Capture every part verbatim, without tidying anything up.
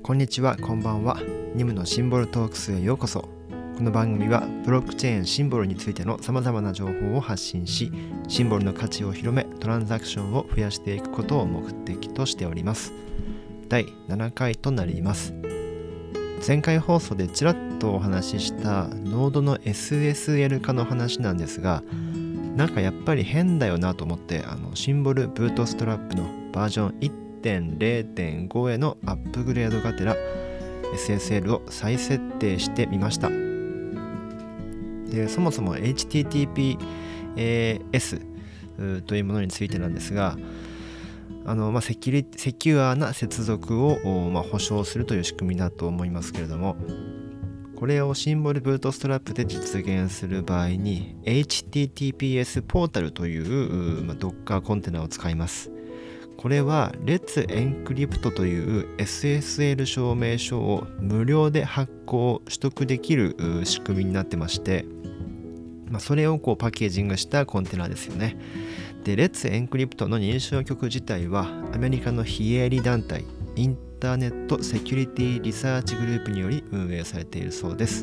こんにちは、こんばんは。ニムのシンボルトークスへようこそ。この番組はブロックチェーンシンボルについてのさまざまな情報を発信し、シンボルの価値を広め、トランザクションを増やしていくことを目的としております。だいななかいとなります。前回放送でちらっとお話ししたノードの エスエスエル 化の話なんですが、なんかやっぱり変だよなと思って、あのシンボルブートストラップのバージョン いってんゼロてんご へのアップグレードがてら エスエスエル を再設定してみました。でそもそも エイチティーティーピーエス というものについてなんですが、あの、まあ、セキュリセキュアな接続を、まあ、保証するという仕組みだと思いますけれども、これをシンボルブートストラップで実現する場合に エイチティーティーピーエス ポータルという、まあ、Docker コンテナを使います。これは Let's Encrypt という エスエスエル 証明書を無料で発行取得できる仕組みになってまして、まあ、それをこうパッケージングしたコンテナですよね。で Let's Encrypt の認証局自体はアメリカの非営利団体インターネットセキュリティリサーチグループにより運営されているそうです。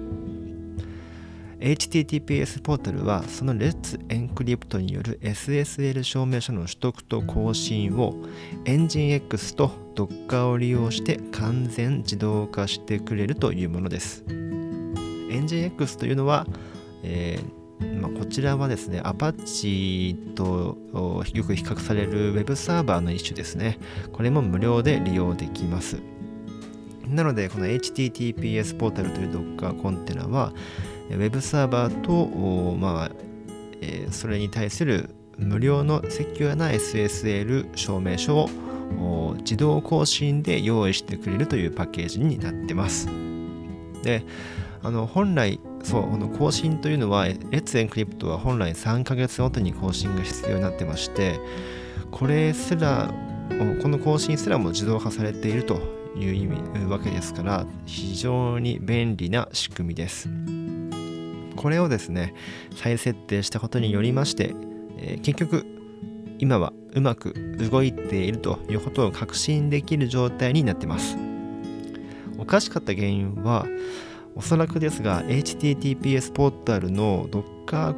エイチティーティーピーエス ポータルはその Let's Encrypt による エスエスエル 証明書の取得と更新を エンジンエックス と Docker を利用して完全自動化してくれるというものです。エンジンエックス というのは、えーまあ、こちらはですね Apache とよく比較される Web サーバーの一種ですね。これも無料で利用できます。なのでこの エイチティーティーピーエス ポータルという Docker コンテナはウェブサーバーと、まあえー、それに対する無料のセキュアな エスエスエル 証明書を自動更新で用意してくれるというパッケージになってます。で、あの本来そうこの更新というのは Let's Encrypt は本来さんかげつごとに更新が必要になってまして、これすらこの更新すらも自動化されているという意味わけですから、非常に便利な仕組みです。これをですね再設定したことによりまして、えー、結局今はうまく動いているということを確信できる状態になっています。おかしかった原因はおそらくですが エイチティーティーピーエス ポータルの Docker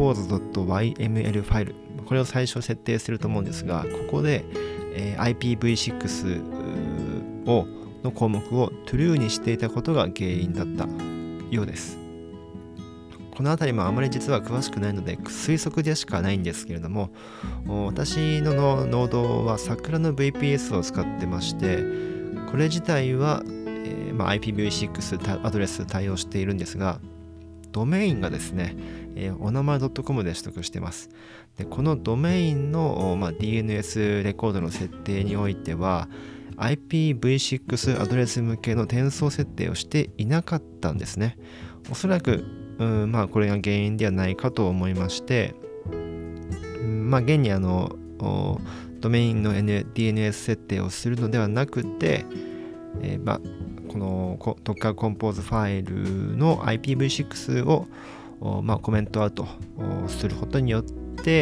Compose.yml ファイル、これを最初設定すると思うんですが、ここで、えー、アイピーブイシックス をの項目を True にしていたことが原因だったようです。このあたりもあまり実は詳しくないので推測でしかないんですけれども、私のノードは桜の ブイピーエス を使ってまして、これ自体は、えーまあ、アイピーブイシックス アドレス対応しているんですが、ドメインがですね、えー、お名前 .com で取得しています。でこのドメインの、まあ、ディーエヌエス レコードの設定においては アイピーブイシックス アドレス向けの転送設定をしていなかったんですね。おそらくうんまあこれが原因ではないかと思いまして、うんまあ現にあのドメインの、N、ディーエヌエス 設定をするのではなくて、えー、まあこの Docker Compose ファイルの アイピーブイシックス をまあコメントアウトすることによって、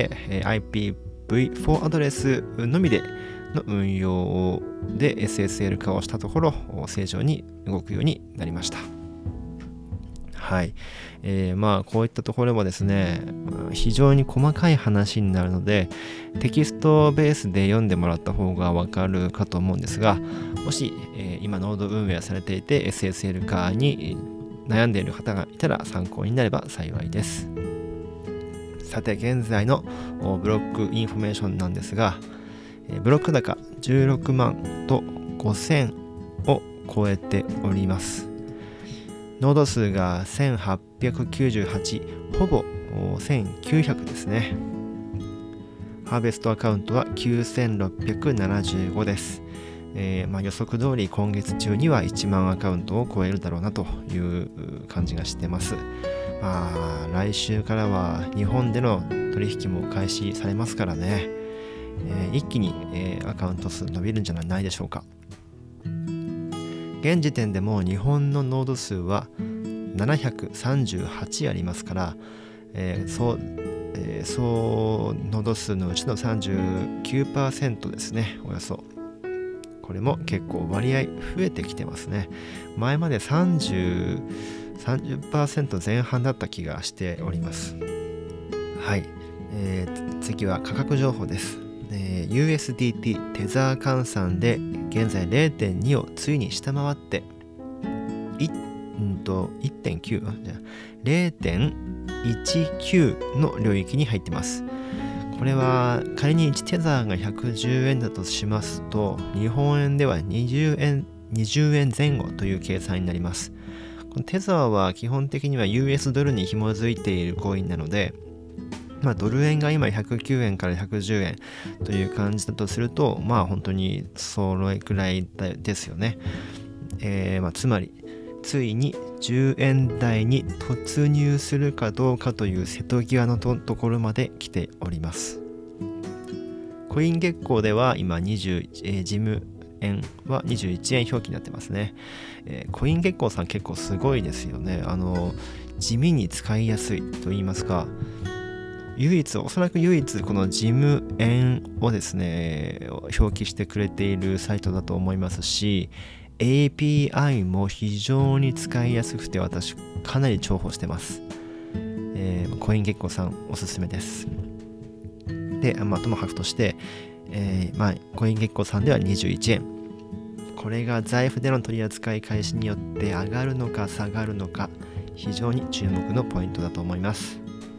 えー、アイピーブイフォー アドレスのみでの運用で エスエスエル 化をしたところ正常に動くようになりました。はい、えー、まあこういったところもですね非常に細かい話になるのでテキストベースで読んでもらった方がわかるかと思うんですが、もし、えー、今ノード運営されていて エスエスエル 化に悩んでいる方がいたら参考になれば幸いです。さて現在のブロックインフォメーションなんですが、ブロック高じゅうろくまんとごせんを超えております。ノード数がせんはっぴゃくきゅうじゅうはち、ほぼせんきゅうひゃくですね。ハーベストアカウントはきゅうせんろっぴゃくななじゅうごです。えーまあ、予測通り今月中にはいちまんアカウントを超えるだろうなという感じがしてます。まあ、来週からは日本での取引も開始されますからね、えー、一気に、えー、アカウント数伸びるんじゃないでしょうか。現時点でも日本のノード数はななひゃくさんじゅうはちありますから、えー、そう、えー、総ノード数のうちの さんじゅうきゅうパーセント ですね、およそ。 これも結構割合増えてきてますね。前までさんじゅう、さんじゅっパーセント 前半だった気がしております。はい、えー、次は価格情報です。えー、ユーエスディーティー テザー換算で現在 ゼロてんに をついに下回っていってんきゅう じゃ ゼロてんいちきゅう の領域に入ってます。これは仮にいちテザーがひゃくじゅうえんだとしますと、日本円ではにじゅうえん、にじゅうえん前後という計算になります。このテザーは基本的には ユーエス ドルに紐づいているコインなので、まあ、ドル円が今ひゃくきゅうえんからひゃくじゅうえんという感じだとすると、まあ本当にそれくらいですよね。えーまあ、つまりついにじゅうえん台に突入するかどうかという瀬戸際の と, ところまで来ております。コイン月光では今にじゅう、えー、事務円はにじゅういちえん表記になってますね。えー、コイン月光さん結構すごいですよね。あの地味に使いやすいと言いますか、唯一おそらく唯一この事務円をですね表記してくれているサイトだと思いますし、エーピーアイ も非常に使いやすくて私かなり重宝してます。えー、コイン月光さんおすすめです。で、まあ、ともかくとして、えーまあ、コイン月光さんではにじゅういちえん。これが財布での取り扱い開始によって上がるのか下がるのか、非常に注目のポイントだと思います。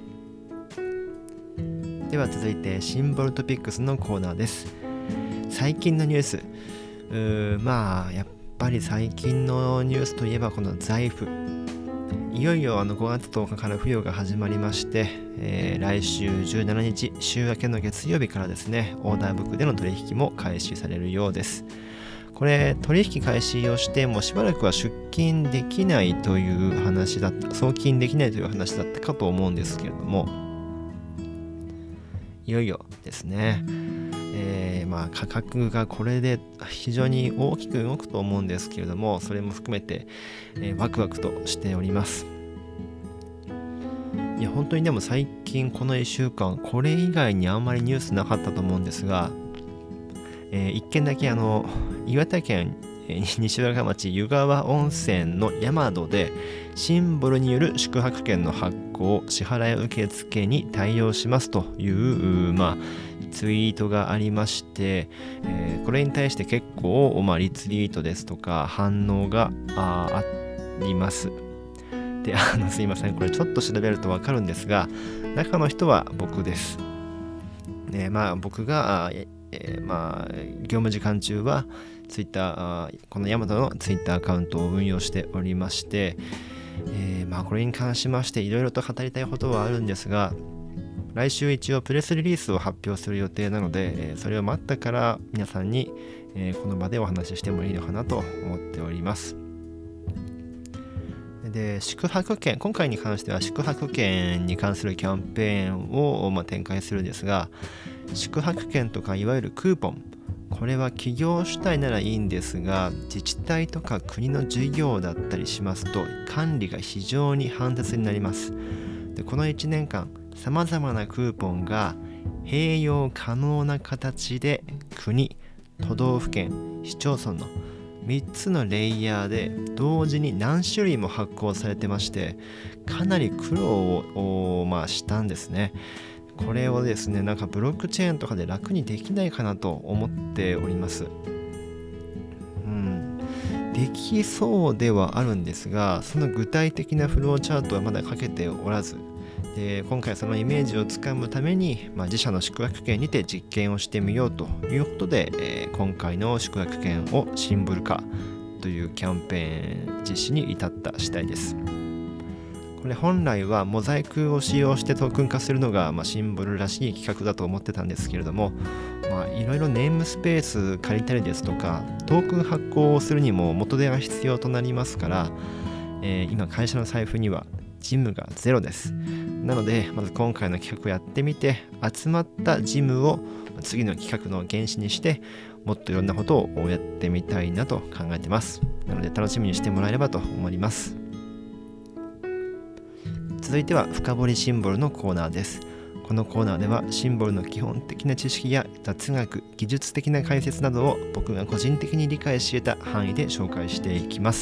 では続いてシンボルトピックスのコーナーです。最近のニュース、うーまあやっぱり最近のニュースといえばこの財布、いよいよあのごがつとおかから付与が始まりまして、えー、来週じゅうしちにち週明けの月曜日からですね、オーダーブックでの取引も開始されるようです。これ取引開始をしてもしばらくは出金できないという話だった送金できないという話だったかと思うんですけれども、いよいよですね。えー、まあ価格がこれで非常に大きく動くと思うんですけれども、それも含めて、えー、ワクワクとしております。いや本当にでも最近このいっしゅうかんこれ以外にあんまりニュースなかったと思うんですが、えー、一件だけあの岩手県西浦賀町湯川温泉の山戸でシンボルによる宿泊券の発行支払い受付に対応しますという、まあ、ツイートがありまして、えー、これに対して結構、まあ、リツイートですとか反応が あ, あります。であのすいません、これちょっと調べると分かるんですが、中の人は僕です。ね、まあ僕がえー、まあ業務時間中はツイッターこのヤマトのツイッターアカウントを運用しておりまして、えー、まあこれに関しましていろいろと語りたいことはあるんですが、来週一応プレスリリースを発表する予定なので、えー、それを待ったから皆さんに、えー、この場でお話ししてもいいのかなと思っております。で宿泊券、今回に関しては宿泊券に関するキャンペーンを、まあ、展開するんですが、宿泊券とかいわゆるクーポン、これは企業主体ならいいんですが、自治体とか国の事業だったりしますと管理が非常に煩雑になります。でこのいちねんかんさまざまなクーポンが併用可能な形で国、都道府県、市町村のみっつのレイヤーで同時に何種類も発行されてまして、かなり苦労を、まあ、したんですね。これをですね、なんかブロックチェーンとかで楽にできないかなと思っております。うん、できそうではあるんですが、その具体的なフローチャートはまだかけておらず、で今回そのイメージをつかむために、まあ、自社の宿泊券にて実験をしてみようということで、えー、今回の宿泊券をシンボル化というキャンペーン実施に至った次第です。これ本来はモザイクを使用してトークン化するのが、まあ、シンボルらしい企画だと思ってたんですけれども、まあ、いろいろネームスペース借りたりですとかトークン発行をするにも元手が必要となりますから、えー、今会社の財布には事務がゼロです。なのでまず今回の企画をやってみて、集まった事務を次の企画の原資にしてもっといろんなことをやってみたいなと考えてます。なので楽しみにしてもらえればと思います。続いては深掘りシンボルのコーナーです。 このコーナーではシンボルの基本的な知識や雑学、技術的な解説などを僕が個人的に理解し得た範囲で紹介していきます。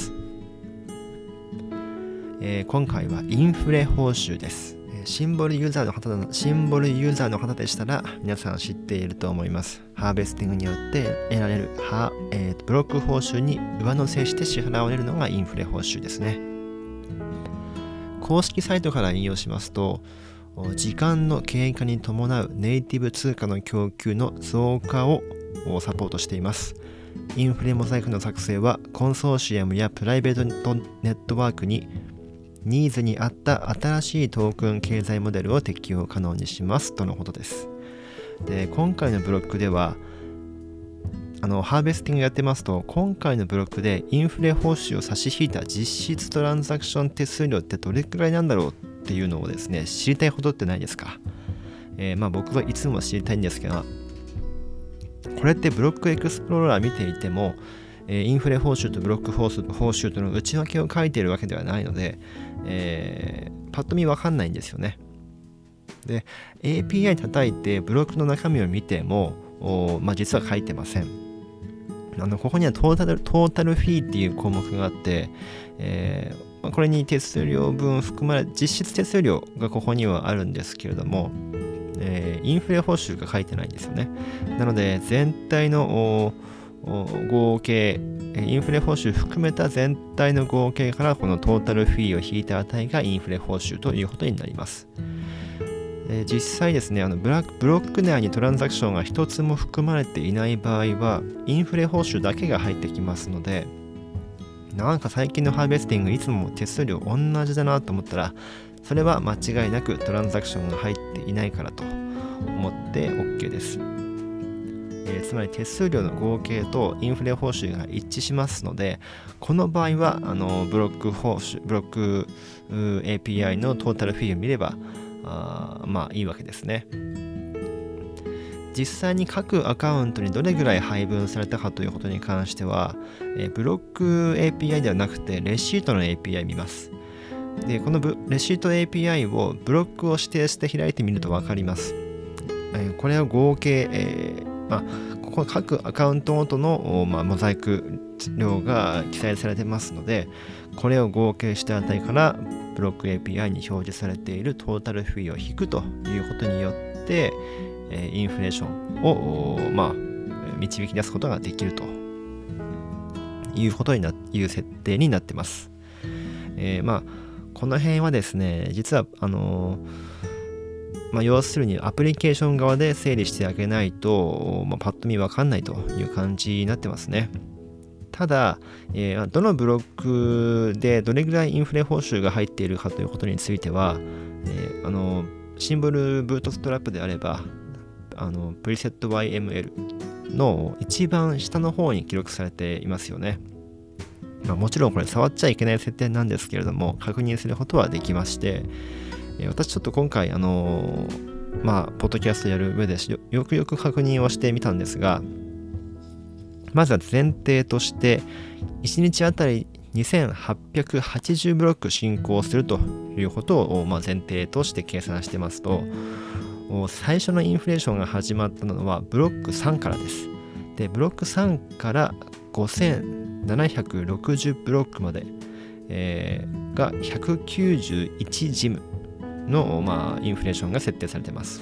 えー、今回はインフレ報酬です。シンボルユーザーの方のシンボルユーザーの方でしたら皆さん知っていると思います。ハーベスティングによって得られるハ、えー、ブロック報酬に上乗せして支払われるのがインフレ報酬ですね。公式サイトから引用しますと、時間の経過に伴うネイティブ通貨の供給の増加をサポートしています。インフレモザイクの作成はコンソーシアムやプライベートネットワークにニーズに合った新しいトークン経済モデルを適用可能にしますとのことです。で、今回のブロックではあのハーベスティングやってますと、今回のブロックでインフレ報酬を差し引いた実質トランザクション手数料ってどれくらいなんだろうっていうのをですね、知りたいことってないですか？えー、まあ僕はいつも知りたいんですけど、これってブロックエクスプローラー見ていても、えー、インフレ報酬とブロック報酬との内訳を書いているわけではないので、えー、パッと見わかんないんですよね。で、エーピーアイ 叩いてブロックの中身を見ても、まあ、実は書いてません。あのここにはトータル、トータルフィーっていう項目があって、えーまあ、これに手数料分含まれ、実質手数料がここにはあるんですけれども、えー、インフレ報酬が書いてないんですよね。なので、全体の合計、インフレ報酬含めた全体の合計からこのトータルフィーを引いた値がインフレ報酬ということになります。えー、実際ですね、あのブラブロック内にトランザクションが一つも含まれていない場合は、インフレ報酬だけが入ってきますので、なんか最近のハーベスティングいつも手数料同じだなと思ったら、それは間違いなくトランザクションが入っていないからと思って OK です。えー、つまり手数料の合計とインフレ報酬が一致しますので、この場合はあのブロック報酬、ブロック エーピーアイ のトータルフィーを見ればあまあいいわけですね。実際に各アカウントにどれぐらい配分されたかということに関しては、えー、ブロック エーピーアイ ではなくてレシートの エーピーアイ 見ます。で、このレシート エーピーアイ をブロックを指定して開いてみると分かります。えー、これは合計、えーまあ、ここ各アカウントごとの、まあ、モザイク量が記載されてますので、これを合計した値からブロック エーピーアイ に表示されているトータルフィーを引くということによって、えー、インフレーションを、まあ、導き出すことができるということにないう設定になってます。えー、まあこの辺はですね、実はあのーまあ、要するにアプリケーション側で整理してあげないと、まあ、パッと見わかんないという感じになってますね。ただ、えー、どのブロックでどれぐらいインフレ報酬が入っているかということについては、えー、あのシンボルブートストラップであれば、あのプリセット ワイエムエル の一番下の方に記録されていますよね。まあ、もちろんこれ触っちゃいけない設定なんですけれども、確認することはできまして、私ちょっと今回あのー、まあポッドキャストやる上で よ, よくよく確認をしてみたんですが、まずは前提としていちにちあたりにせんはっぴゃくはちじゅうブロック進行するということを、まあ、前提として計算してますと、最初のインフレーションが始まったのはブロックさんからです。で、ブロックさんからごせんななひゃくろくじゅうブロックまで、えー、がひゃくきゅうじゅういちジムの、まあ、インフレーションが設定されています。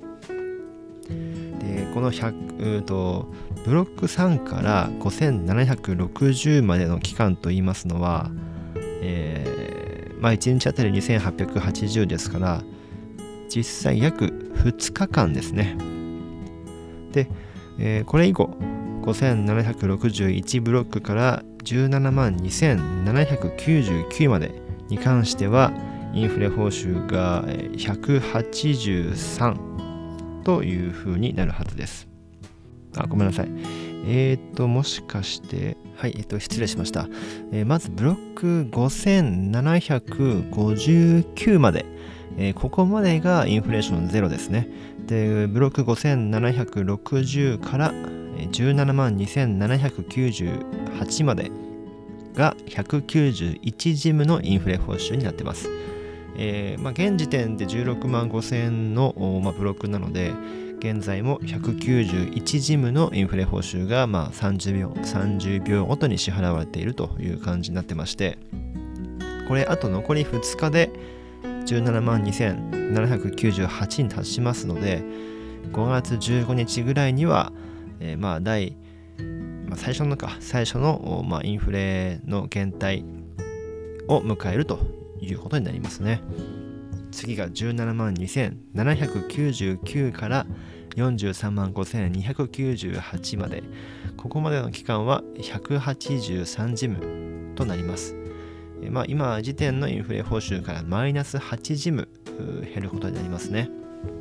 で、このひゃく、うとブロックさんからごせんななひゃくろくじゅうまでの期間といいますのは、えー、まあいちにちあたりにせんはっぴゃくはちじゅうですから、実際約ふつかかんですね。で、えー、これ以降ごせんななひゃくろくじゅういちブロックからじゅうななまんにせんななひゃくきゅうじゅうきゅうまでに関してはインフレ報酬がひゃくはちじゅうさんという風になるはずです。あ、ごめんなさい。えーと、もしかして、はい、えーと、失礼しました。えー、まずブロックごせんななひゃくごじゅうきゅうまで、えー、ここまでがインフレーションゼロですね。で、ブロックごせんななひゃくろくじゅうからじゅうななまんにせんななひゃくきゅうじゅうはちまでがひゃくきゅうじゅういちジムのインフレ報酬になってます。 えーまあ、現時点でじゅうろくまんごせんえんの、まあ、ブロックなので、現在もひゃくきゅうじゅういちジムのインフレ報酬がまあさんじゅうびょう、さんじゅうびょうごとに支払われているという感じになってまして、これあと残りふつかでじゅうななまんにせんななひゃくきゅうじゅうはちに達しますので、ごがつじゅうごにちぐらいには、えー、まあ第、まあ、最初のか最初の、まあ、インフレの減退を迎えるということになりますね。次がじゅうななまんにせんななひゃくきゅうじゅうきゅうからよんじゅうさんまんごせんにひゃくきゅうじゅうはちまで、ここまでの期間はひゃくはちじゅうさんジムとなります。えまあ、今時点のインフレ報酬からマイナスはちジム減ることになりますね。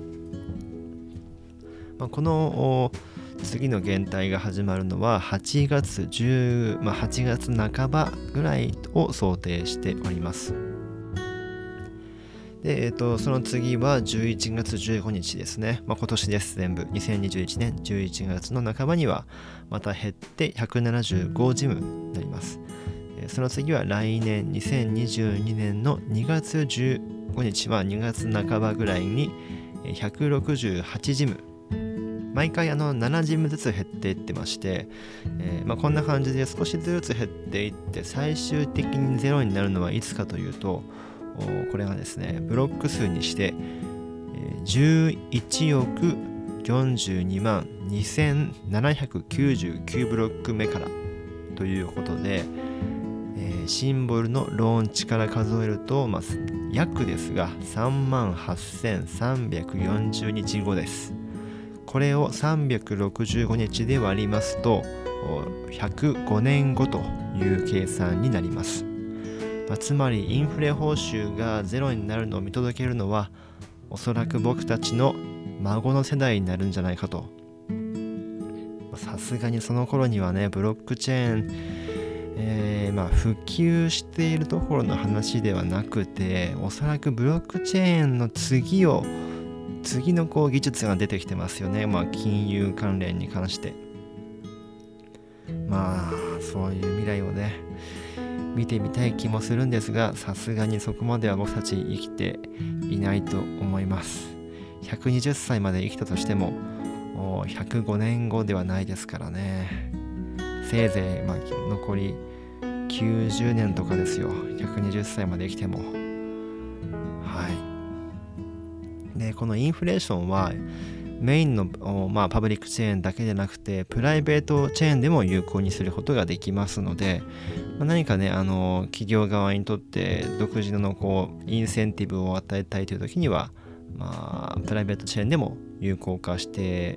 まあ、この次の減退が始まるのははちがつじゅう、まあ、はちがつなかばぐらいを想定しております。で、えーと、その次はじゅういちがつじゅうごにちですね。まあ、今年です、全部。にせんにじゅういちねんじゅういちがつの半ばにはまた減ってひゃくななじゅうごジムになります。その次は来年にせんにじゅうにねんのにがつじゅうごにちはにがつなかばぐらいにひゃくろくじゅうはちジム。毎回あのななジムずつ減っていってまして、えーまあ、こんな感じで少しずつ減っていって最終的にゼロになるのはいつかというと、これがですねブロック数にしてじゅういちおくよんじゅうにまんにせんななひゃくきゅうじゅうきゅうブロック目からということで、えー、シンボルのローンチから数えると、まあ、約ですがさんまんはっせんさんびゃくよんじゅうにちごです。これをさんびゃくろくじゅうごにちで割りますとひゃくごねんごという計算になります。まあ、つまりインフレ報酬がゼロになるのを見届けるのはおそらく僕たちの孫の世代になるんじゃないかと。さすがにその頃にはねブロックチェーン、えー、まあ普及しているところの話ではなくて、おそらくブロックチェーンの次を次のこう技術が出てきてますよね。まあ金融関連に関して、まあそういう未来をね見てみたい気もするんですが、さすがにそこまでは僕たち生きていないと思います。ひゃくにじゅっさいまで生きたとしてもひゃくごねんごではないですからね。せいぜい、まあ、残りきゅうじゅうねんとかですよ。ひゃくにじゅっさいまで生きても。はい。で、このインフレーションはメインの、まあ、パブリックチェーンだけでなくてプライベートチェーンでも有効にすることができますので、まあ、何かねあの企業側にとって独自のこうインセンティブを与えたいという時には、まあ、プライベートチェーンでも有効化して、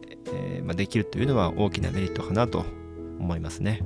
えーまあ、できるというのは大きなメリットかなと思いますね。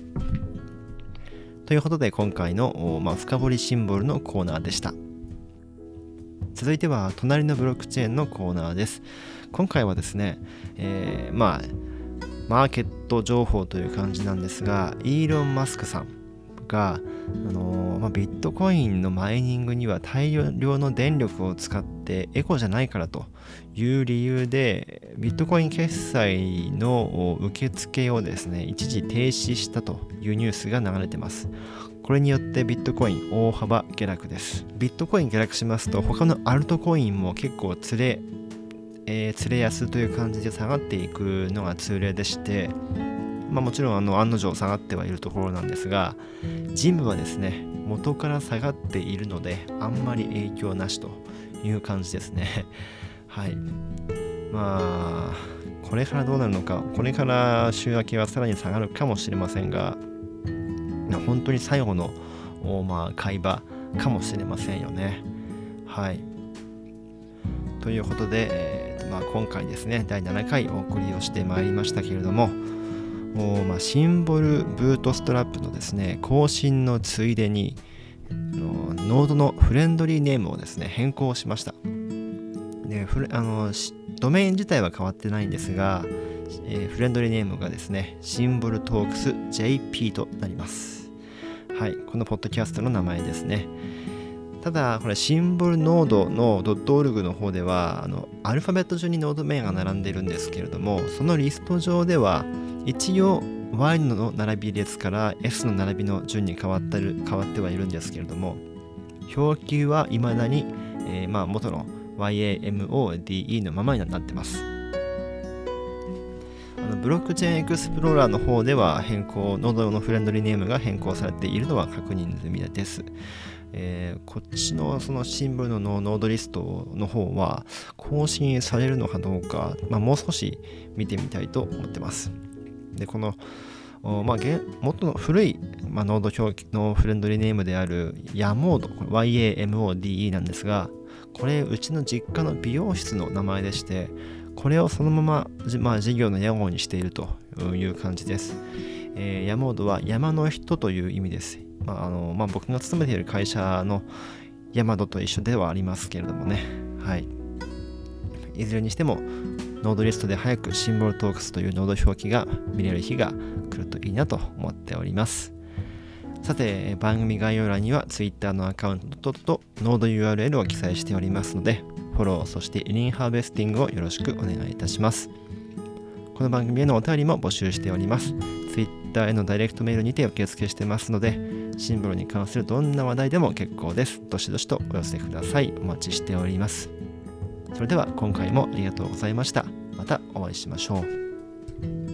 ということで今回の、まあ、深掘りシンボルのコーナーでした。続いては隣のブロックチェーンのコーナーです。今回はですね、えー、まあマーケット情報という感じなんですが、イーロン・マスクさんが、あのーまあ、ビットコインのマイニングには大量の電力を使ってエコじゃないからという理由でビットコイン決済の受付をですね一時停止したというニュースが流れてます。これによってビットコイン大幅下落です。ビットコイン下落しますと他のアルトコインも結構つれ、えー、つれ安という感じで下がっていくのが通例でして、まあ、もちろんあの案の定下がってはいるところなんですが、ジムはですね元から下がっているのであんまり影響なしという感じですね。はい。まあこれからどうなるのか、これから週明けはさらに下がるかもしれませんが、本当に最後の、まあ、買い場かもしれませんよね。はい。ということで、えーまあ、今回ですねだいななかいお送りをしてまいりましたけれども、まあ、シンボルブートストラップのですね更新のついでにノードのフレンドリーネームをですね変更しました。でフレあのドメイン自体は変わってないんですが、えー、フレンドリーネームがですねシンボルトークス ジェーピー となります。はい、このポッドキャストの名前ですね。ただこれシンボルノードの .org の方ではあのアルファベット順にノード名が並んでいるんですけれども、そのリスト上では一応 Y の並び列から S の並びの順に変わってる変わってはいるんですけれども、 表記は未だに、えー、まあ元の YAMODE のままになってます。あのブロックチェーンエクスプローラーの方では変更、ノード用のフレンドリーネームが変更されているのは確認済みです。えー、こっちのそのシンボルのノードリストの方は更新されるのかどうか、まあ、もう少し見てみたいと思ってます。で、このまあ、元の古い、まあ、ノード表記のフレンドリーネームであるヤモード、ワイエーエムオーディーイー なんですが、これうちの実家の美容室の名前でして、これをそのまま、まあ、事業の屋号にしているという感じです。えー、ヤモードは山の人という意味です。まああのまあ、僕が勤めている会社のヤマドと一緒ではありますけれどもね。はい。いずれにしても、ノードリストで早くシンボルトークスというノード表記が見れる日が来るといいなと思っております。さて、番組概要欄には Twitter のアカウントとノード ユーアールエル を記載しておりますので、フォロー、そしてイリンハーベスティングをよろしくお願いいたします。この番組へのお便りも募集しております。Twitter へのダイレクトメールにて受付してますので、シンボルに関するどんな話題でも結構です。どしどしとお寄せください。お待ちしております。それでは今回もありがとうございました。またお会いしましょう。